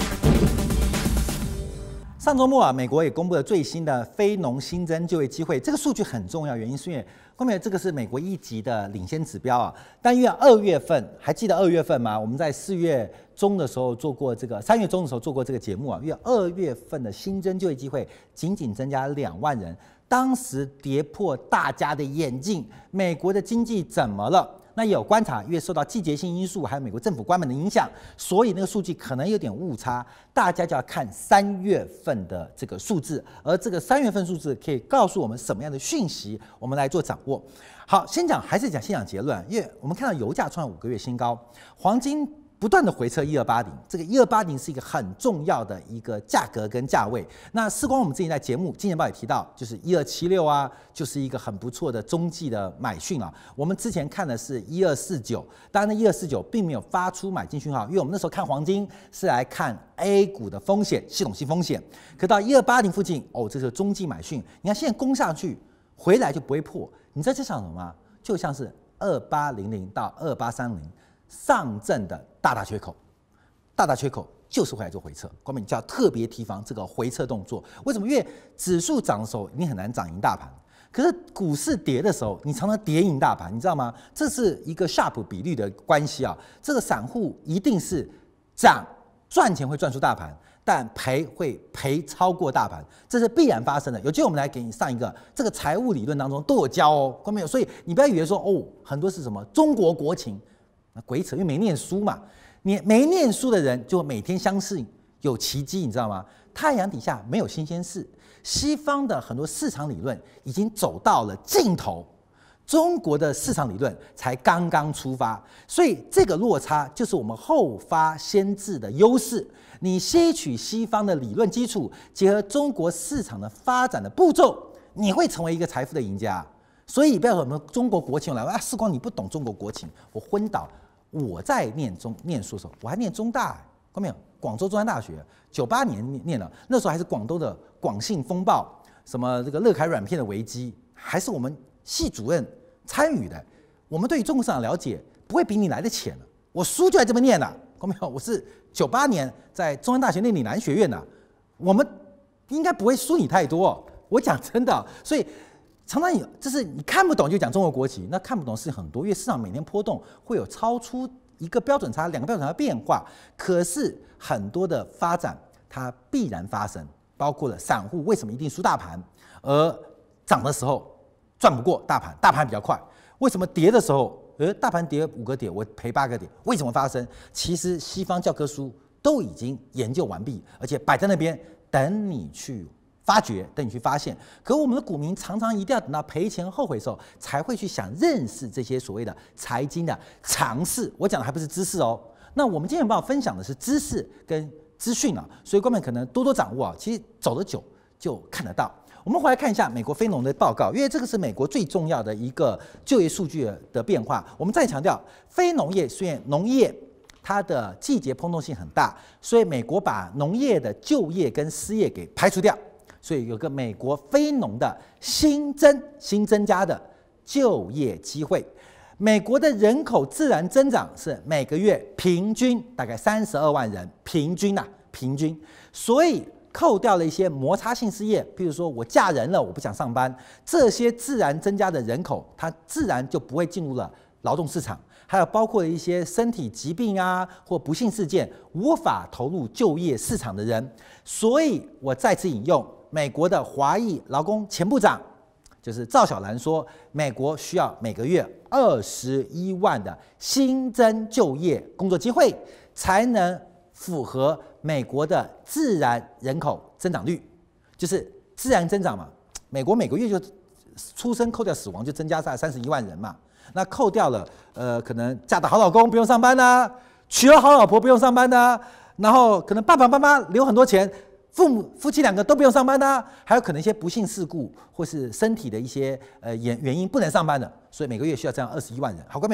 上周末啊，美国也公布了最新的非农新增就业机会，这个数据很重要，原因是因为后面这个是美国一级的领先指标啊。但因为二月份，还记得二月份吗？我们在四月中的时候做过这个，三月中的时候做过这个节目啊。因为二月份的新增就业机会仅仅增加两万人，当时跌破大家的眼镜，美国的经济怎么了？那也有观察，因为受到季节性因素还有美国政府关门的影响，所以那个数据可能有点误差。大家就要看三月份的这个数字，而这个三月份数字可以告诉我们什么样的讯息，我们来做掌握。好，先讲还是讲先讲结论，因为我们看到油价创了五个月新高，黄金不断的回测一二八零，这个一二八零是一个很重要的一个价格跟价位。那事光我们之前在节目《金钱报》也提到，就是一二七六啊，就是一个很不错的中继的买讯啊。我们之前看的是一二四九，当然呢一二四九并没有发出买进讯号，因为我们那时候看黄金是来看 A 股的风险，系统性风险。可到一二八零附近，哦，这是中继买讯。你看现在攻上去，回来就不会破。你知道这像什么吗？就像是二八零零到二八三零。上证的大大缺口，大大缺口就是会来做回撤，光明就要特别提防这个回撤动作。为什么？因为指数涨的时候，你很难涨赢大盘；可是股市跌的时候，你常常跌赢大盘，你知道吗？这是一个 Sharpe 比率的关系啊。这个散户一定是涨赚钱会赚出大盘，但赔会赔超过大盘，这是必然发生的。有机会我们来给你上一个这个财务理论当中都有教哦，光明有。所以你不要以为说哦，很多是什么中国国情。鬼扯，因为没念书嘛，你没念书的人就每天相信有奇迹，你知道吗？太阳底下没有新鲜事，西方的很多市场理论已经走到了尽头，中国的市场理论才刚刚出发，所以这个落差就是我们后发先至的优势。你吸取西方的理论基础，结合中国市场的发展的步骤，你会成为一个财富的赢家。所以不要说我们中国国情来啊，世光你不懂中国国情，我昏倒。我在念中念书的时候，我还念中大，看到没有？广州中山大学，九八年念了，那时候还是广东的广信风暴，什么这个乐凯软片的危机，还是我们系主任参与的。我们对于中国市场了解不会比你来的浅了。我书就在这么念了，看到没有？我是九八年在中山大学念岭南学院的，我们应该不会输你太多。我讲真的，所以。常常有，就是你看不懂就讲中国国旗，那看不懂的事情很多，因为市场每天波动会有超出一个标准差、两个标准差的变化。可是很多的发展它必然发生，包括了散户为什么一定输大盘，而涨的时候赚不过大盘，大盘比较快。为什么跌的时候，呃，大盘跌五个点，我赔八个点，为什么发生？其实西方教科书都已经研究完毕，而且摆在那边等你去。发掘，等你去发现。可我们的股民常常一定要等到赔钱后悔的时候，才会去想认识这些所谓的财经的常识。我讲的还不是知识哦。那我们今天帮我分享的是知识跟资讯啊，所以观众可能多多掌握啊。其实走得久就看得到。我们回来看一下美国非农的报告，因为这个是美国最重要的一个就业数据的变化。我们再强调，非农业虽然农业它的季节波动性很大，所以美国把农业的就业跟失业给排除掉。所以有个美国非农的新增新增加的就业机会，美国的人口自然增长是每个月平均大概三十二万人，平均呐、啊、平均，所以扣掉了一些摩擦性失业，譬如说我嫁人了，我不想上班，这些自然增加的人口，它自然就不会进入了劳动市场。还有包括一些身体疾病啊或不幸事件无法投入就业市场的人，所以我再次引用。美国的华裔劳工前部长就是赵小兰说，美国需要每个月二十一万的新增就业工作机会，才能符合美国的自然人口增长率，就是自然增长嘛。美国每个月就出生扣掉死亡就增加在三十一万人嘛，那扣掉了呃可能嫁的好老公不用上班啦、啊，娶了好老婆不用上班啦、啊，然后可能爸爸妈妈留很多钱。父母夫妻两个都不用上班的、啊，还有可能一些不幸事故或是身体的一些呃原原因不能上班的，所以每个月需要这样二十一万人。好，看没有？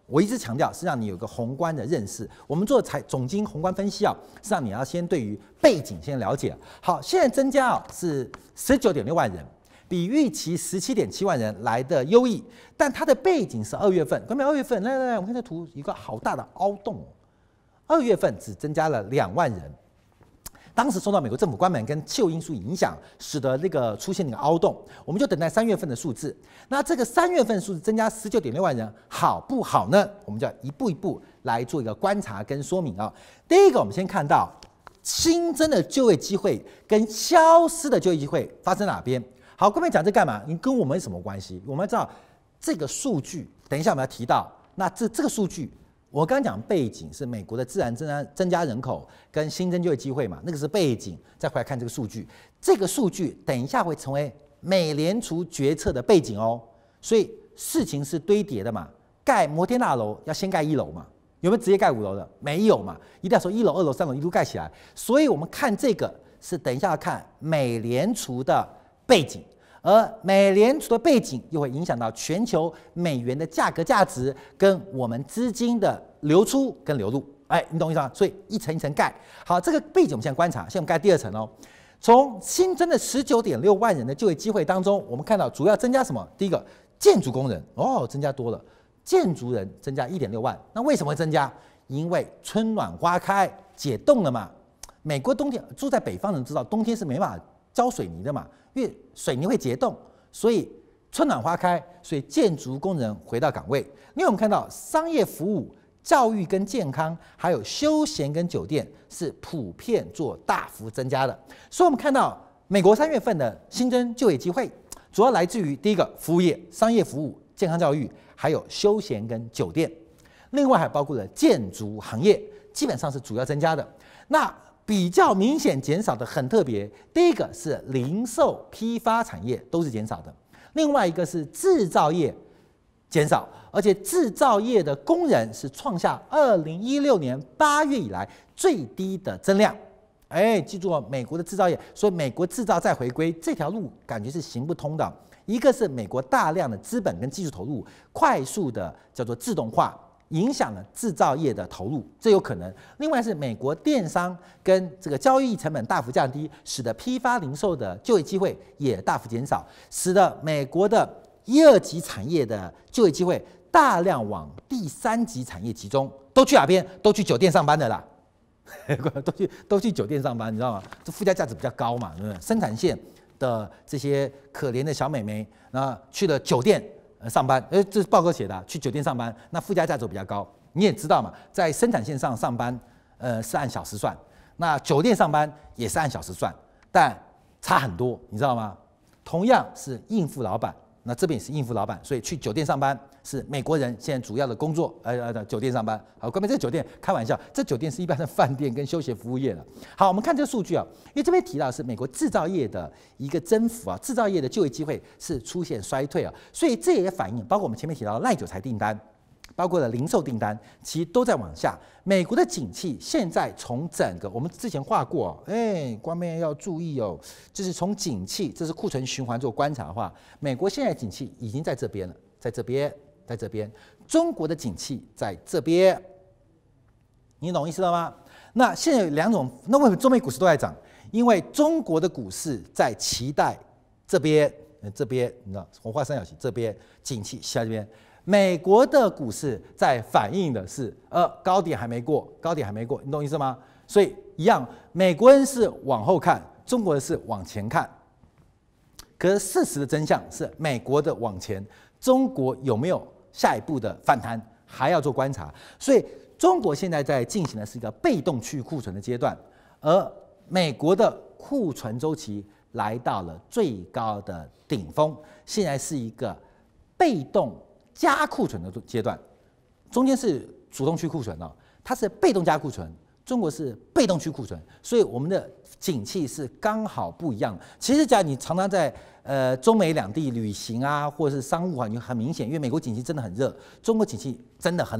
我一直强调是让你有个宏观的认识。我们做财总经宏观分析啊，是让你要先对于背景先了解。好，现在增加啊是十九点六万人，比预期十七点七万人来的优异。但它的背景是二月份，各位二月份，来来来，我们看这图，一个好大的凹洞哦。二月份只增加了两万人。当时受到美国政府关门跟气候因素影响，使得那个出现那个凹洞，我们就等待三月份的数字。那这个三月份数字增加十九点六万人，好不好呢？我们就要一步一步来做一个观察跟说明啊。第一个，我们先看到新增的就业机会跟消失的就业机会发生哪边？好，各位讲这干嘛？你跟我们有什么关系？我们要知道这个数据，等一下我们要提到。那这这个数据。我刚刚讲背景是美国的自然增加增加人口跟新增就业机会嘛，那个是背景。再回来看这个数据，这个数据等一下会成为美联储决策的背景哦。所以事情是堆叠的嘛，盖摩天大楼要先盖一楼嘛，有没有直接盖五楼的？没有嘛，一定要从一楼、二楼、三楼一路盖起来。所以我们看这个是等一下要看美联储的背景。而美联储的背景又会影响到全球美元的价格价值跟我们资金的流出跟流入，哎，你懂我意思吗？所以一层一层盖。好，这个背景我们现在观察，现在我们盖第二层哦。从新增的十九点六万人的就业机会当中，我们看到主要增加什么？第一个，建筑工人哦，增加多了，建筑人增加一点六万。那为什么会增加？因为春暖花开，解冻了嘛。美国冬天住在北方人知道，冬天是没办法浇水泥的嘛。因为水泥会结冻，所以春暖花开，所以建筑工人回到岗位。另外，我们看到商业服务、教育跟健康，还有休闲跟酒店是普遍做大幅增加的。所以，我们看到美国三月份的新增就业机会，主要来自于第一个服务业、商业服务、健康教育，还有休闲跟酒店。另外，还包括了建筑行业，基本上是主要增加的。那比较明显减少的很特别，第一个是零售批发产业都是减少的，另外一个是制造业减少，而且制造业的工人是创下二零一六年八月以来最低的增量。哎，记住哦，美国的制造业，所以美国制造再回归这条路感觉是行不通的。一个是美国大量的资本跟技术投入，快速的叫做自动化。影响了制造业的投入，这有可能。另外是美国电商跟这个交易成本大幅降低，使得批发零售的就业机会也大幅减少，使得美国的一二级产业的就业机会大量往第三级产业集中，都去哪边？都去酒店上班的啦，都去都去酒店上班，你知道吗？这附加价值比较高嘛，对不对？生产线的这些可怜的小美眉，那去了酒店。呃，上班，呃，这是报告写的、啊，去酒店上班，那附加价值比较高。你也知道嘛，在生产线上上班，呃，是按小时算；那酒店上班也是按小时算，但差很多，你知道吗？同样是应付老板，那这边也是应付老板，所以去酒店上班是美国人现在主要的工作，呃呃，酒店上班。好，关键这个酒店开玩笑，这酒店是一般的饭店跟休闲服务业了。好，我们看这个数据啊，因为这边提到的是美国制造业的一个增幅啊，制造业的就业机会是出现衰退啊，所以这也反映，包括我们前面提到的耐久材订单，包括了零售订单，其实都在往下。美国的景气现在从整个我们之前画过，哎，观众要注意哦，就是从景气，这是库存循环做观察的话，美国现在景气已经在这边了，在这边。在这边，中国的景气在这边，你懂意思了吗？那现在有两种，那为什么中美股市都在涨？因为中国的股市在期待这边，这边你知道红花三角形这边景气下这边，美国的股市在反映的是，呃，高点还没过，高点还没过，你懂意思吗？所以一样，美国人是往后看，中国人是往前看。可是事实的真相是，美国的往前，中国有没有下一步的反弹还要做观察，所以中国现在在进行的是一个被动去库存的阶段，而美国的库存周期来到了最高的顶峰，现在是一个被动加库存的阶段，中间是主动去库存哦，它是被动加库存，中国是被动去库存，所以我们的景气是刚好不一样。其实，假如你常常在呃中美两地旅行啊，或者是商务啊，你很明显，因为美国景气真的很热，中国景气真的很冷。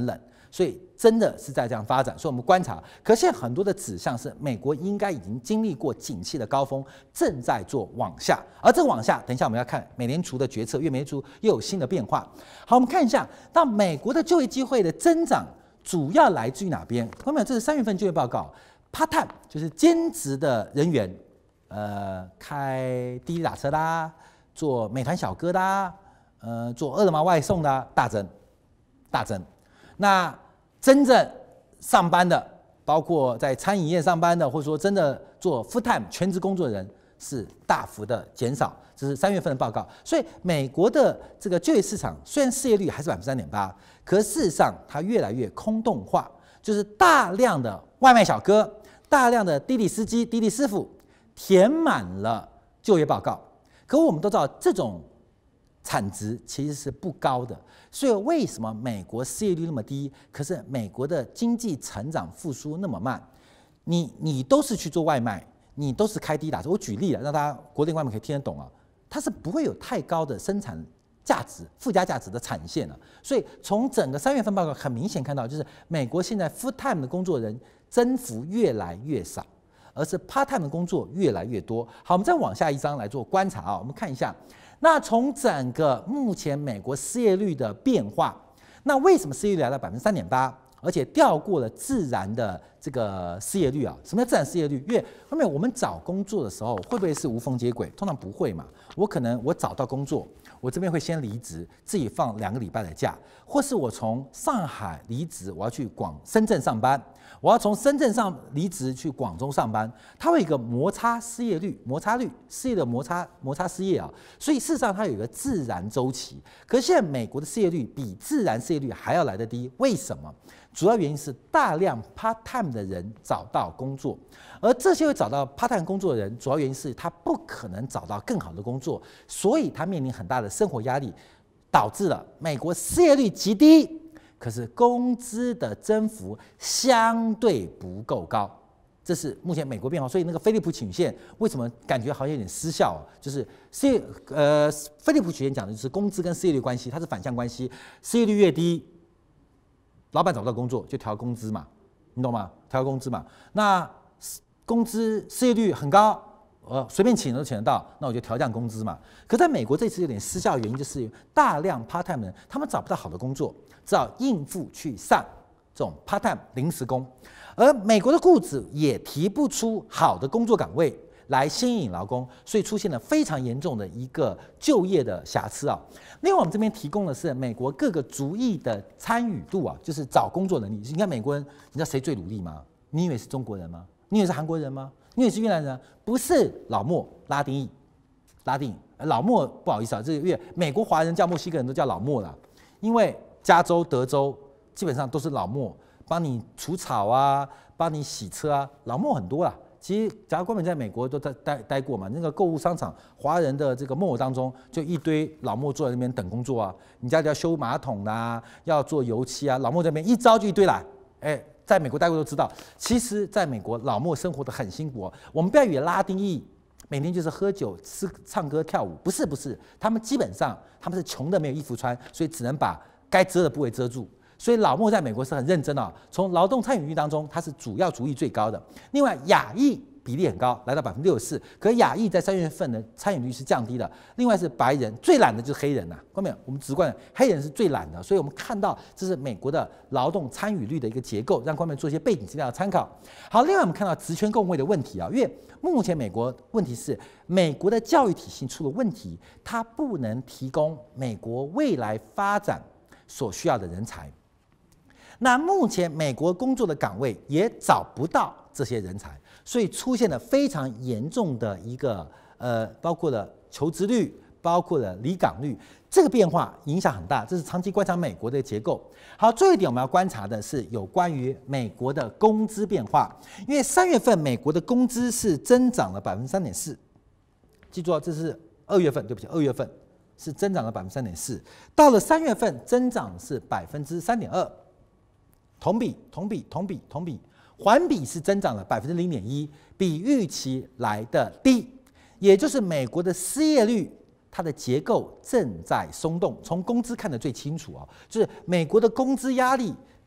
所以真的是在这样发展。所以我们观察，可现在很多的指向是美国应该已经经历过景气的高峰，正在做往下，而这个往下，等一下我们要看美联储的决策，因为美联储又有新的变化。好，我们看一下，到美国的就业机会的增长主要来自于哪边？朋友们，这是三月份就业报告 ，part time 就是兼职的人员，呃，开滴滴打车啦，做美团小哥啦，呃，做饿了么外送的大增，大增。那真正上班的，包括在餐饮业上班的，或者说真的做 full time 全职工作的人，是大幅的减少。这是三月份的报告。所以美国的这个就业市场虽然失业率还是百分之三点八，可事实上它越来越空洞化，就是大量的外卖小哥、大量的滴滴司机、滴滴师傅填满了就业报告。可我们都知道，这种产值其实是不高的。所以为什么美国失业率那么低，可是美国的经济成长复苏那么慢？你你都是去做外卖，你都是开滴打车。我举例了，让大家国内外面可以听得懂啊。它是不会有太高的生产价值、附加价值的产线了。所以从整个三月份报告很明显看到，就是美国现在 full time 的工作人增幅越来越少，而是 part time 的工作越来越多。好，我们再往下一章来做观察啊，我们看一下。那从整个目前美国失业率的变化，那为什么失业率来到百分之三点八，而且掉过了自然的这个失业率啊？什么叫自然失业率？因为后面我们找工作的时候，会不会是无缝接轨？通常不会嘛。我可能我找到工作，我这边会先离职，自己放两个礼拜的假，或是我从上海离职，我要去广深圳上班。我要从深圳上离职去广州上班，它会有一个摩擦失业率、摩擦率、失业的摩擦、摩擦失业啊，所以事实上它有一个自然周期。可是现在美国的失业率比自然失业率还要来得低，为什么？主要原因是大量 part time 的人找到工作，而这些会找到 part time 工作的人，主要原因是他不可能找到更好的工作，所以他面临很大的生活压力，导致了美国失业率极低。可是工资的增幅相对不够高，这是目前美国变化。所以那个菲利普曲线为什么感觉好像有点失效、啊？就是失业呃，菲利普曲线讲的就是工资跟失业率关系，它是反向关系。失业率越低，老板找不到工作就调工资嘛，你懂吗？调工资嘛。那工资失业率很高，呃，随便请人都请得到，那我就调降工资嘛。可在美国这次有点失效的原因，就是大量 part time 的人，他们找不到好的工作。只好应付去上这种 part time 临时工，而美国的雇主也提不出好的工作岗位来吸引劳工，所以出现了非常严重的一个就业的瑕疵啊。另外，我们这边提供的是美国各个族裔的参与度啊，就是找工作能力。你看美国人，你知道谁最努力吗？你以为是中国人吗？你以为是韩国人吗？你以为是越南人？不是，老墨、拉丁裔、拉丁老墨，不好意思啊，这个因为美国华人叫墨西哥人都叫老墨了，因为加州、德州基本上都是老墨，帮你除草啊，帮你洗车啊，老墨很多啦。其实，假如官本在美国都待待待过嘛，那个购物商场，华人的这个木偶当中，就一堆老墨坐在那边等工作啊。你家里要修马桶啊，要做油漆啊，老墨这边一招就一堆来。哎，在美国待过都知道，其实在美国老墨生活得很辛苦哦。我们不要以为拉丁裔每天就是喝酒、吃、唱歌、跳舞，不是不是，他们基本上他们是穷的没有衣服穿，所以只能把该遮的部位遮住，所以老墨在美国是很认真的、哦。从劳动参与率当中，它是主要族裔最高的。另外，亚裔比例很高，来到百分之六十四。可亚裔在三月份的参与率是降低的。另外是白人，最懒的就是黑人呐、啊。看到没有？我们直观的黑人是最懒的，所以我们看到这是美国的劳动参与率的一个结构，让观众做一些背景资料的参考。好，另外我们看到职权共位的问题啊，因为目前美国问题是美国的教育体系出了问题，它不能提供美国未来发展所需要的人才，那目前美国工作的岗位也找不到这些人才，所以出现了非常严重的一个呃，包括了求职率，包括了离岗率，这个变化影响很大。这是长期观察美国的结构。好，最后一点我们要观察的是有关于美国的工资变化，因为三月份美国的工资是增长了百分之三点四，记住啊，这是二月份，对不起，二月份。是增长了百分之三点四，到了三月份增长是百分之三点二，同比同比同比同比，环比是增长了百分之零点一，比预期来的低，也就是美国的失业率它的结构正在松动。从工资看得最清楚啊，就是美国的工资压力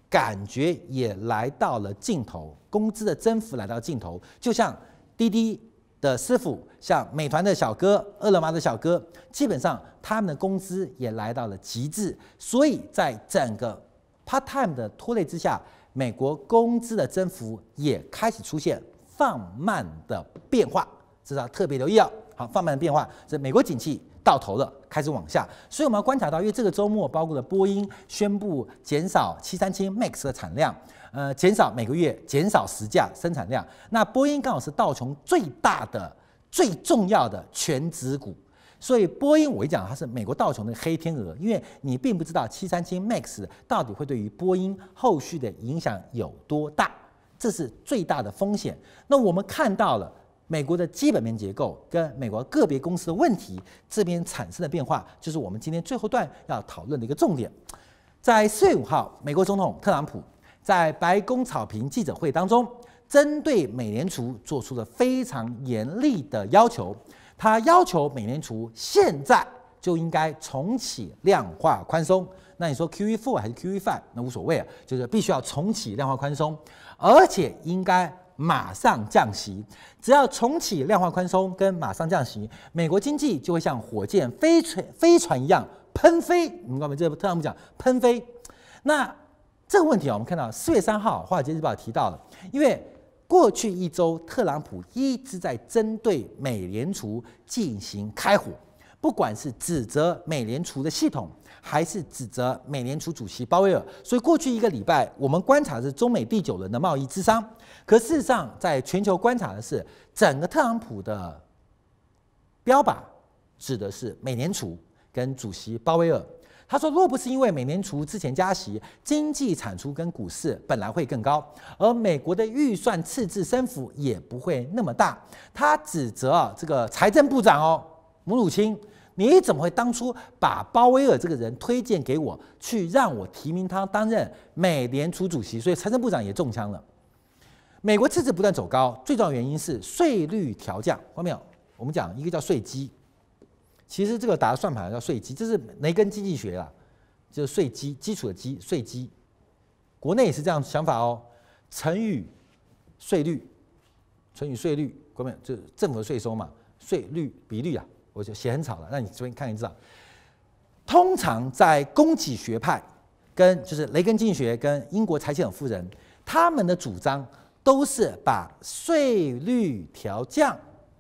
感觉也来到了尽头，工资的增幅来到尽头，就像滴滴的师傅，像美团的小哥、饿了么的小哥，基本上他们的工资也来到了极致，所以在整个 part time 的拖累之下，美国工资的增幅也开始出现放慢的变化，这是要特别留意啊。好，放慢的变化，这美国景气到头了，开始往下，所以我们要观察到，因为这个周末包括了波音宣布减少七三七 MAX 的产量，呃，减少每个月减少十架生产量。那波音刚好是道琼最大的、最重要的全指股，所以波音我一讲它是美国道琼的黑天鹅，因为你并不知道七三七 MAX 到底会对于波音后续的影响有多大，这是最大的风险。那我们看到了。美国的基本面结构跟美国个别公司的问题这边产生的变化，就是我们今天最后段要讨论的一个重点。在四月五号，美国总统特朗普在白宫草坪记者会当中，针对美联储做出了非常严厉的要求。他要求美联储现在就应该重启量化宽松。那你说 Q E 四 还是 Q E 五，那无所谓啊，就是必须要重启量化宽松，而且应该马上降息。只要重启量化宽松跟马上降息，美国经济就会像火箭飞船飞船一样喷飞。你们看没？这特朗普讲喷飞。那这个问题啊，我们看到四月三号，《华尔街日报》提到了，因为过去一周特朗普一直在针对美联储进行开火，不管是指责美联储的系统，还是指责美联储主席鲍威尔。所以过去一个礼拜，我们观察的是中美第九轮的贸易磋商。可事实上，在全球观察的是整个特朗普的标靶指的是美联储跟主席鲍威尔。他说，若不是因为美联储之前加息，经济产出跟股市本来会更高，而美国的预算赤字升幅也不会那么大。他指责啊，这个财政部长哦，姆努钦，你怎么会当初把鲍威尔这个人推荐给我，去让我提名他担任美联储主席？所以财政部长也中枪了。美国赤字不断走高，最重要的原因是税率调降。看到没有？我们讲一个叫税基，其实这个打算盘叫税基，这是雷根经济学啦，就是税基，基础的基，税基。国内也是这样想法哦，乘以税率，乘以税率，看到没有？就是政府的税收嘛，税率比率啊，我就写很草了，那你这边看就知道。通常在供给学派跟就是雷根经济学跟英国柴契尔夫人他们的主张。都是把税率调降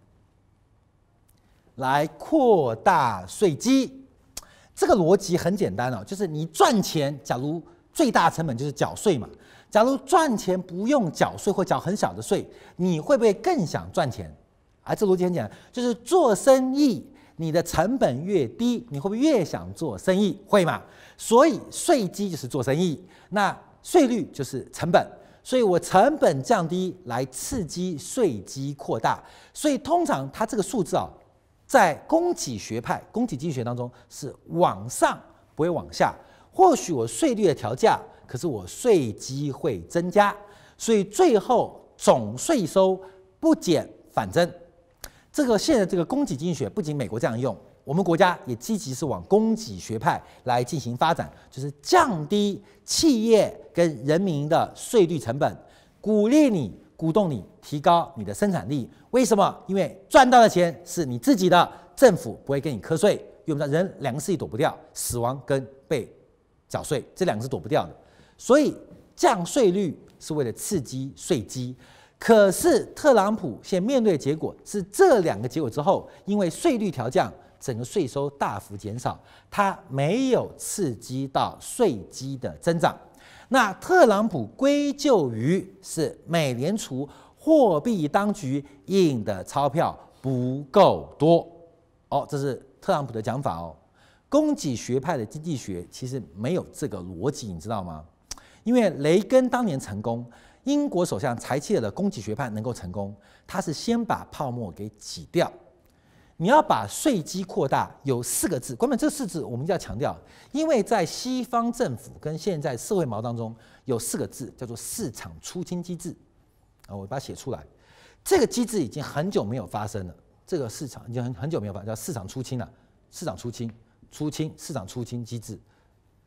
来扩大税基，这个逻辑很简单哦，就是你赚钱，假如最大成本就是缴税嘛，假如赚钱不用缴税或缴很小的税，你会不会更想赚钱？啊，这逻辑很简单，就是做生意，你的成本越低，你会不会越想做生意？会嘛？所以税基就是做生意，那税率就是成本。所以我成本降低来刺激税基扩大，所以通常它这个数字啊，在供给学派、供给经济学当中是往上不会往下。或许我税率的调价，可是我税基会增加，所以最后总税收不减反增。这个现在这个供给经济学不仅美国这样用，我们国家也积极是往供给学派来进行发展，就是降低企业跟人民的税率成本，鼓励你、鼓动你提高你的生产力。为什么？因为赚到的钱是你自己的，政府不会给你课税。因为我们知道人两个事情躲不掉，死亡跟被缴税，这两个是躲不掉的。所以降税率是为了刺激税基。可是特朗普现在面对的结果是这两个结果之后，因为税率调降，整个税收大幅减少，它没有刺激到税基的增长。那特朗普归咎于是美联储货币当局印的钞票不够多哦，这是特朗普的讲法哦。供给学派的经济学其实没有这个逻辑，你知道吗？因为雷根当年成功，英国首相柴契尔的供给学派能够成功，他是先把泡沫给挤掉。你要把税基扩大，有四个字，关键这四字我们要强调，因为在西方政府跟现在社会矛当中有四个字叫做市场出清机制啊，我把它写出来。这个机制已经很久没有发生了，这个市场已经很很久没有发生，叫市场出清了，市场出清、出清、市场出清机制。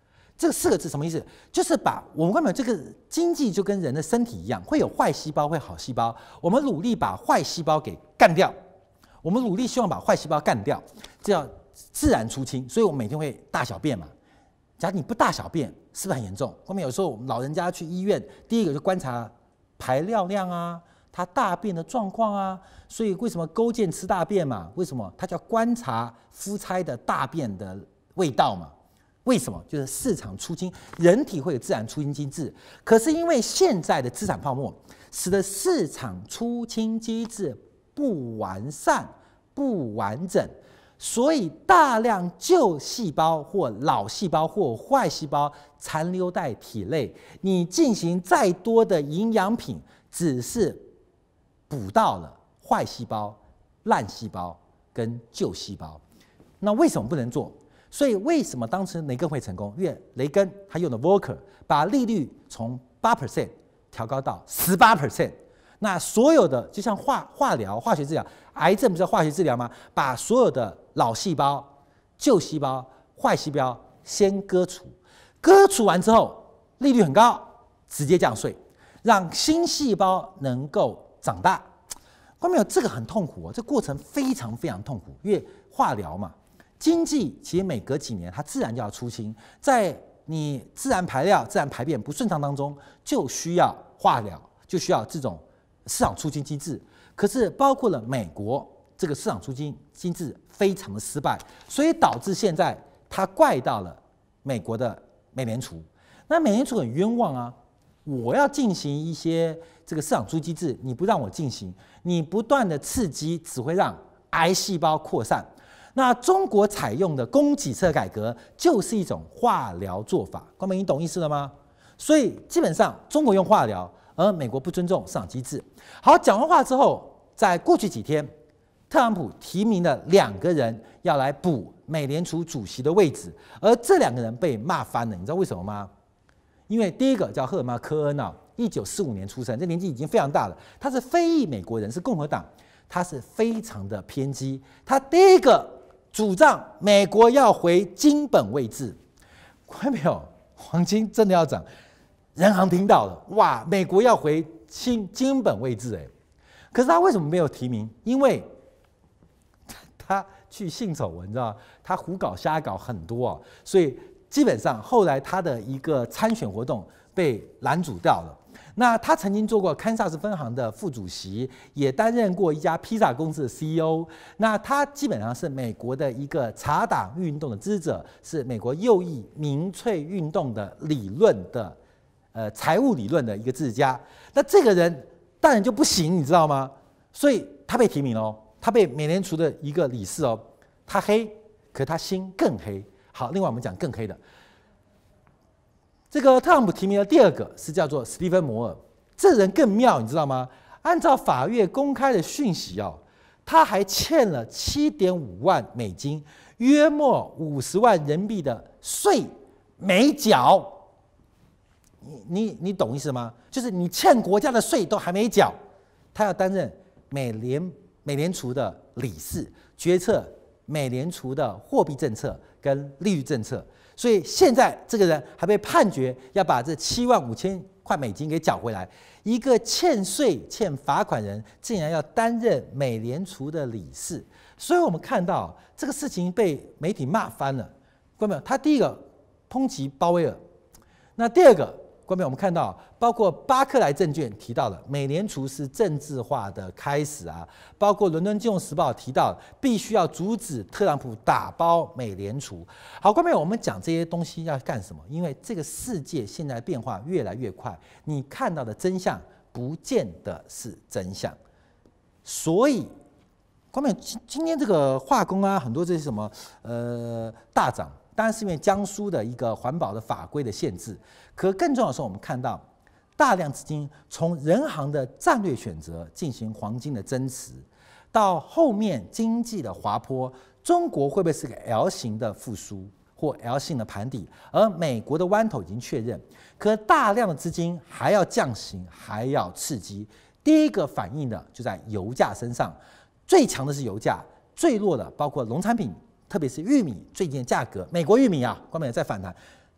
这四个字什么意思？就是把我们观众这个经济就跟人的身体一样，会有坏细胞，会好细胞。我们努力把坏细胞给干掉，我们努力希望把坏细胞干掉，这叫自然出清。所以我们每天会大小便嘛。假如你不大小便，是不是很严重？后面有时候我们老人家去医院，第一个就观察排尿量啊，他大便的状况啊。所以为什么勾践吃大便嘛？为什么？他叫观察夫差的大便的味道嘛。为什么？就是市场出清，人体会有自然出清机制。可是因为现在的资产泡沫，使得市场出清机制不完善、不完整，所以大量旧细胞或老细胞或坏细胞残留在体内。你进行再多的营养品，只是补到了坏细胞、烂细胞跟旧细胞。那为什么不能做？所以为什么当时雷根会成功？因为雷根他用的 Volcker 把利率从八 percent 调高到十八 percent。那所有的就像化化疗、化学治疗，癌症不是化学治疗吗？把所有的老细胞、旧细胞、坏细胞先割除，割除完之后利率很高，直接降税，让新细胞能够长大。观众朋友，这个很痛苦哦，这过程非常非常痛苦，因为化疗嘛。经济其实每隔几年，它自然就要出清，在你自然排尿、自然排便不顺畅当中，就需要化疗，就需要这种市场出清机制。可是包括了美国这个市场出清机制非常的失败，所以导致现在它怪到了美国的美联储。那美联储很冤枉啊！我要进行一些这个市场出清机制，你不让我进行，你不断的刺激，只会让癌细胞扩散。那中国采用的供给侧改革就是一种化疗做法，光明，你懂意思了吗？所以基本上中国用化疗，而美国不尊重市场机制。好，讲完话之后，在过去几天，特朗普提名了两个人要来补美联储主席的位置，而这两个人被骂翻了，你知道为什么吗？因为第一个叫赫尔曼·科恩啊，一九四五年出生，这年纪已经非常大了，他是非裔美国人，是共和党，他是非常的偏激，他第一个主张美国要回金本位制，看到没有？黄金真的要涨，人行听到了，哇，美国要回金金本位制，哎，可是他为什么没有提名？因为他去性丑闻，你知道，他胡搞瞎搞很多啊，所以基本上后来他的一个参选活动被拦阻掉了。那他曾经做过堪萨斯分行的副主席，也担任过一家披萨公司的 C E O。那他基本上是美国的一个茶党运动的支持者，是美国右翼民粹运动的理论的呃财务理论的一个支持家。那这个人当然就不行，你知道吗？所以他被提名哦，他被美联储的一个理事哦，他黑，可他心更黑。好，另外我们讲更黑的。这个特朗普提名的第二个是叫做史蒂芬·摩尔，这人更妙，你知道吗？按照法院公开的讯息哦，他还欠了七点五万美金，约莫五十万人民币的税没缴。你你你懂意思吗？就是你欠国家的税都还没缴，他要担任美联美联储的理事，决策美联储的货币政策跟利率政策。所以现在这个人还被判决要把这七万五千块美金给缴回来。一个欠税、欠罚款人，竟然要担任美联储的理事。所以我们看到这个事情被媒体骂翻了。观众朋友，他第一个抨击鲍威尔，那第二个，观众朋友，我们看到包括巴克莱证券提到了美联储是政治化的开始啊，包括伦敦金融时报提到必须要阻止特朗普打包美联储。好，观众朋友，我们讲这些东西要干什么？因为这个世界现在变化越来越快，你看到的真相不见得是真相。所以，观众朋友，今今天这个化工啊，很多这些什么呃大涨。当然是因为江苏的一个环保的法规的限制，可更重要的是，我们看到大量资金从人行的战略选择进行黄金的增持，到后面经济的滑坡，中国会不会是个 L 型的复苏或 L 型的盘底？而美国的弯头已经确认，可大量的资金还要降息，还要刺激。第一个反应的就在油价身上，最强的是油价，最弱的包括农产品。特别是玉米最近的价格，美国玉米啊，观众朋友在反弹，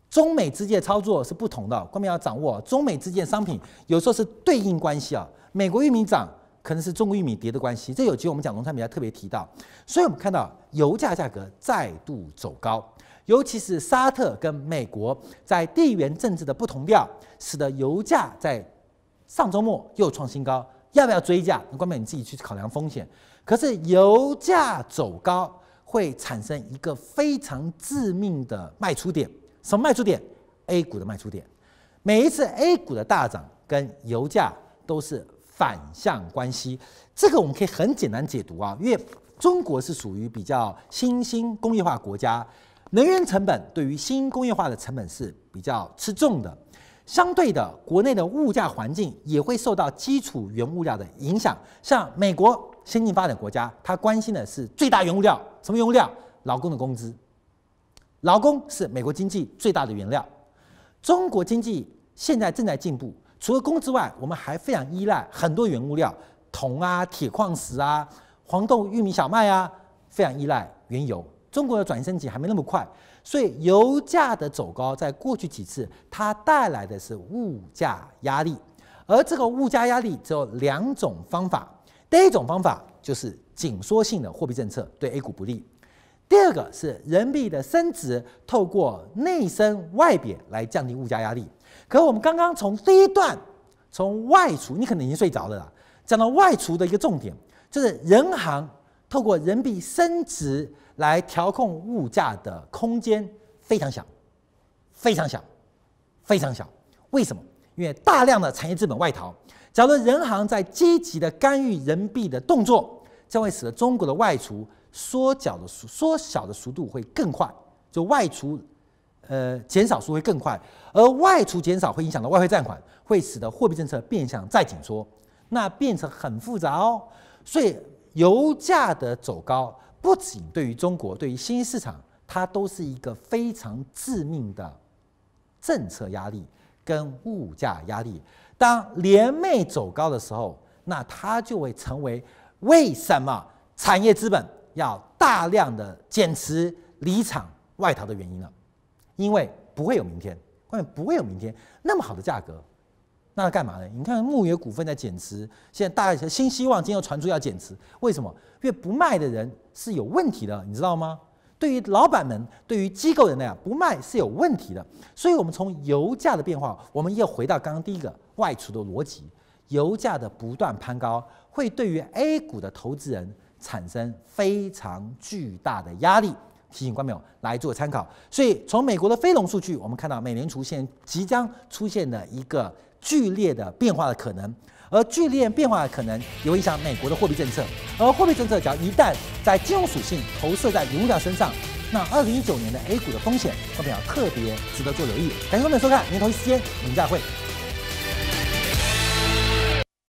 中美之间的操作是不同的，观众要掌握中美之间的商品有时候是对应关系啊。美国玉米涨，可能是中国玉米跌的关系，这有机会我们讲农产品要特别提到。所以我们看到油价价格再度走高，尤其是沙特跟美国在地缘政治的不同调，使得油价在上周末又创新高。要不要追价？观众你自己去考量风险。可是油价走高会产生一个非常致命的卖出点，什么卖出点 ？A 股的卖出点。每一次 A 股的大涨跟油价都是反向关系，这个我们可以很简单解读啊，因为中国是属于比较新兴工业化国家，能源成本对于新工业化的成本是比较吃重的，相对的，国内的物价环境也会受到基础原物料的影响。像美国先进发展国家，它关心的是最大原物料，什么原物料？劳工的工资，劳工是美国经济最大的原料。中国经济现在正在进步。除了工之外，我们还非常依赖很多原物料，铜啊、铁矿石啊、黄豆、玉米、小麦啊，非常依赖原油。中国的转型升级还没那么快，所以油价的走高，在过去几次它带来的是物价压力，而这个物价压力只有两种方法。第一种方法就是紧缩性的货币政策对 A 股不利，第二个是人民币的升值，透过内升外贬来降低物价压力。可我们刚刚从第一段从外储，你可能已经睡着了啦，讲到外储的一个重点，就是人行透过人民币升值来调控物价的空间非常小，非常小，非常小。为什么？因为大量的产业资本外逃。假如人行在积极的干预人民币的动作，将会使得中国的外储缩小的缩小的速度会更快，就外储。呃，减少速会更快，而外储减少会影响到外汇占款，会使得货币政策变相再紧缩，那变成很复杂哦。所以油价的走高，不仅对于中国，对于新兴市场，它都是一个非常致命的政策压力跟物价压力。当联袂走高的时候，那它就会成为为什么产业资本要大量的减持、离场、外逃的原因了。因为不会有明天，关键不会有明天那么好的价格，那要干嘛呢？你看牧野股份在减持，现在大家新希望今天又传出要减持，为什么？因为不卖的人是有问题的，你知道吗？对于老板们，对于机构人呢，不卖是有问题的。所以，我们从油价的变化，我们又回到刚刚第一个外储的逻辑，油价的不断攀高，会对于 A 股的投资人产生非常巨大的压力。提醒观众朋友来做参考。所以从美国的非农数据，我们看到美联储现在即将出现的一个剧烈的变化的可能，而剧烈变化的可能也会影响美国的货币政策。而货币政策只要一旦在金融属性投射在原物料身上，那二零一九年的 A 股的风险，观众朋友特别值得做留意。感谢观众朋友收看，明天同一时间我们再会。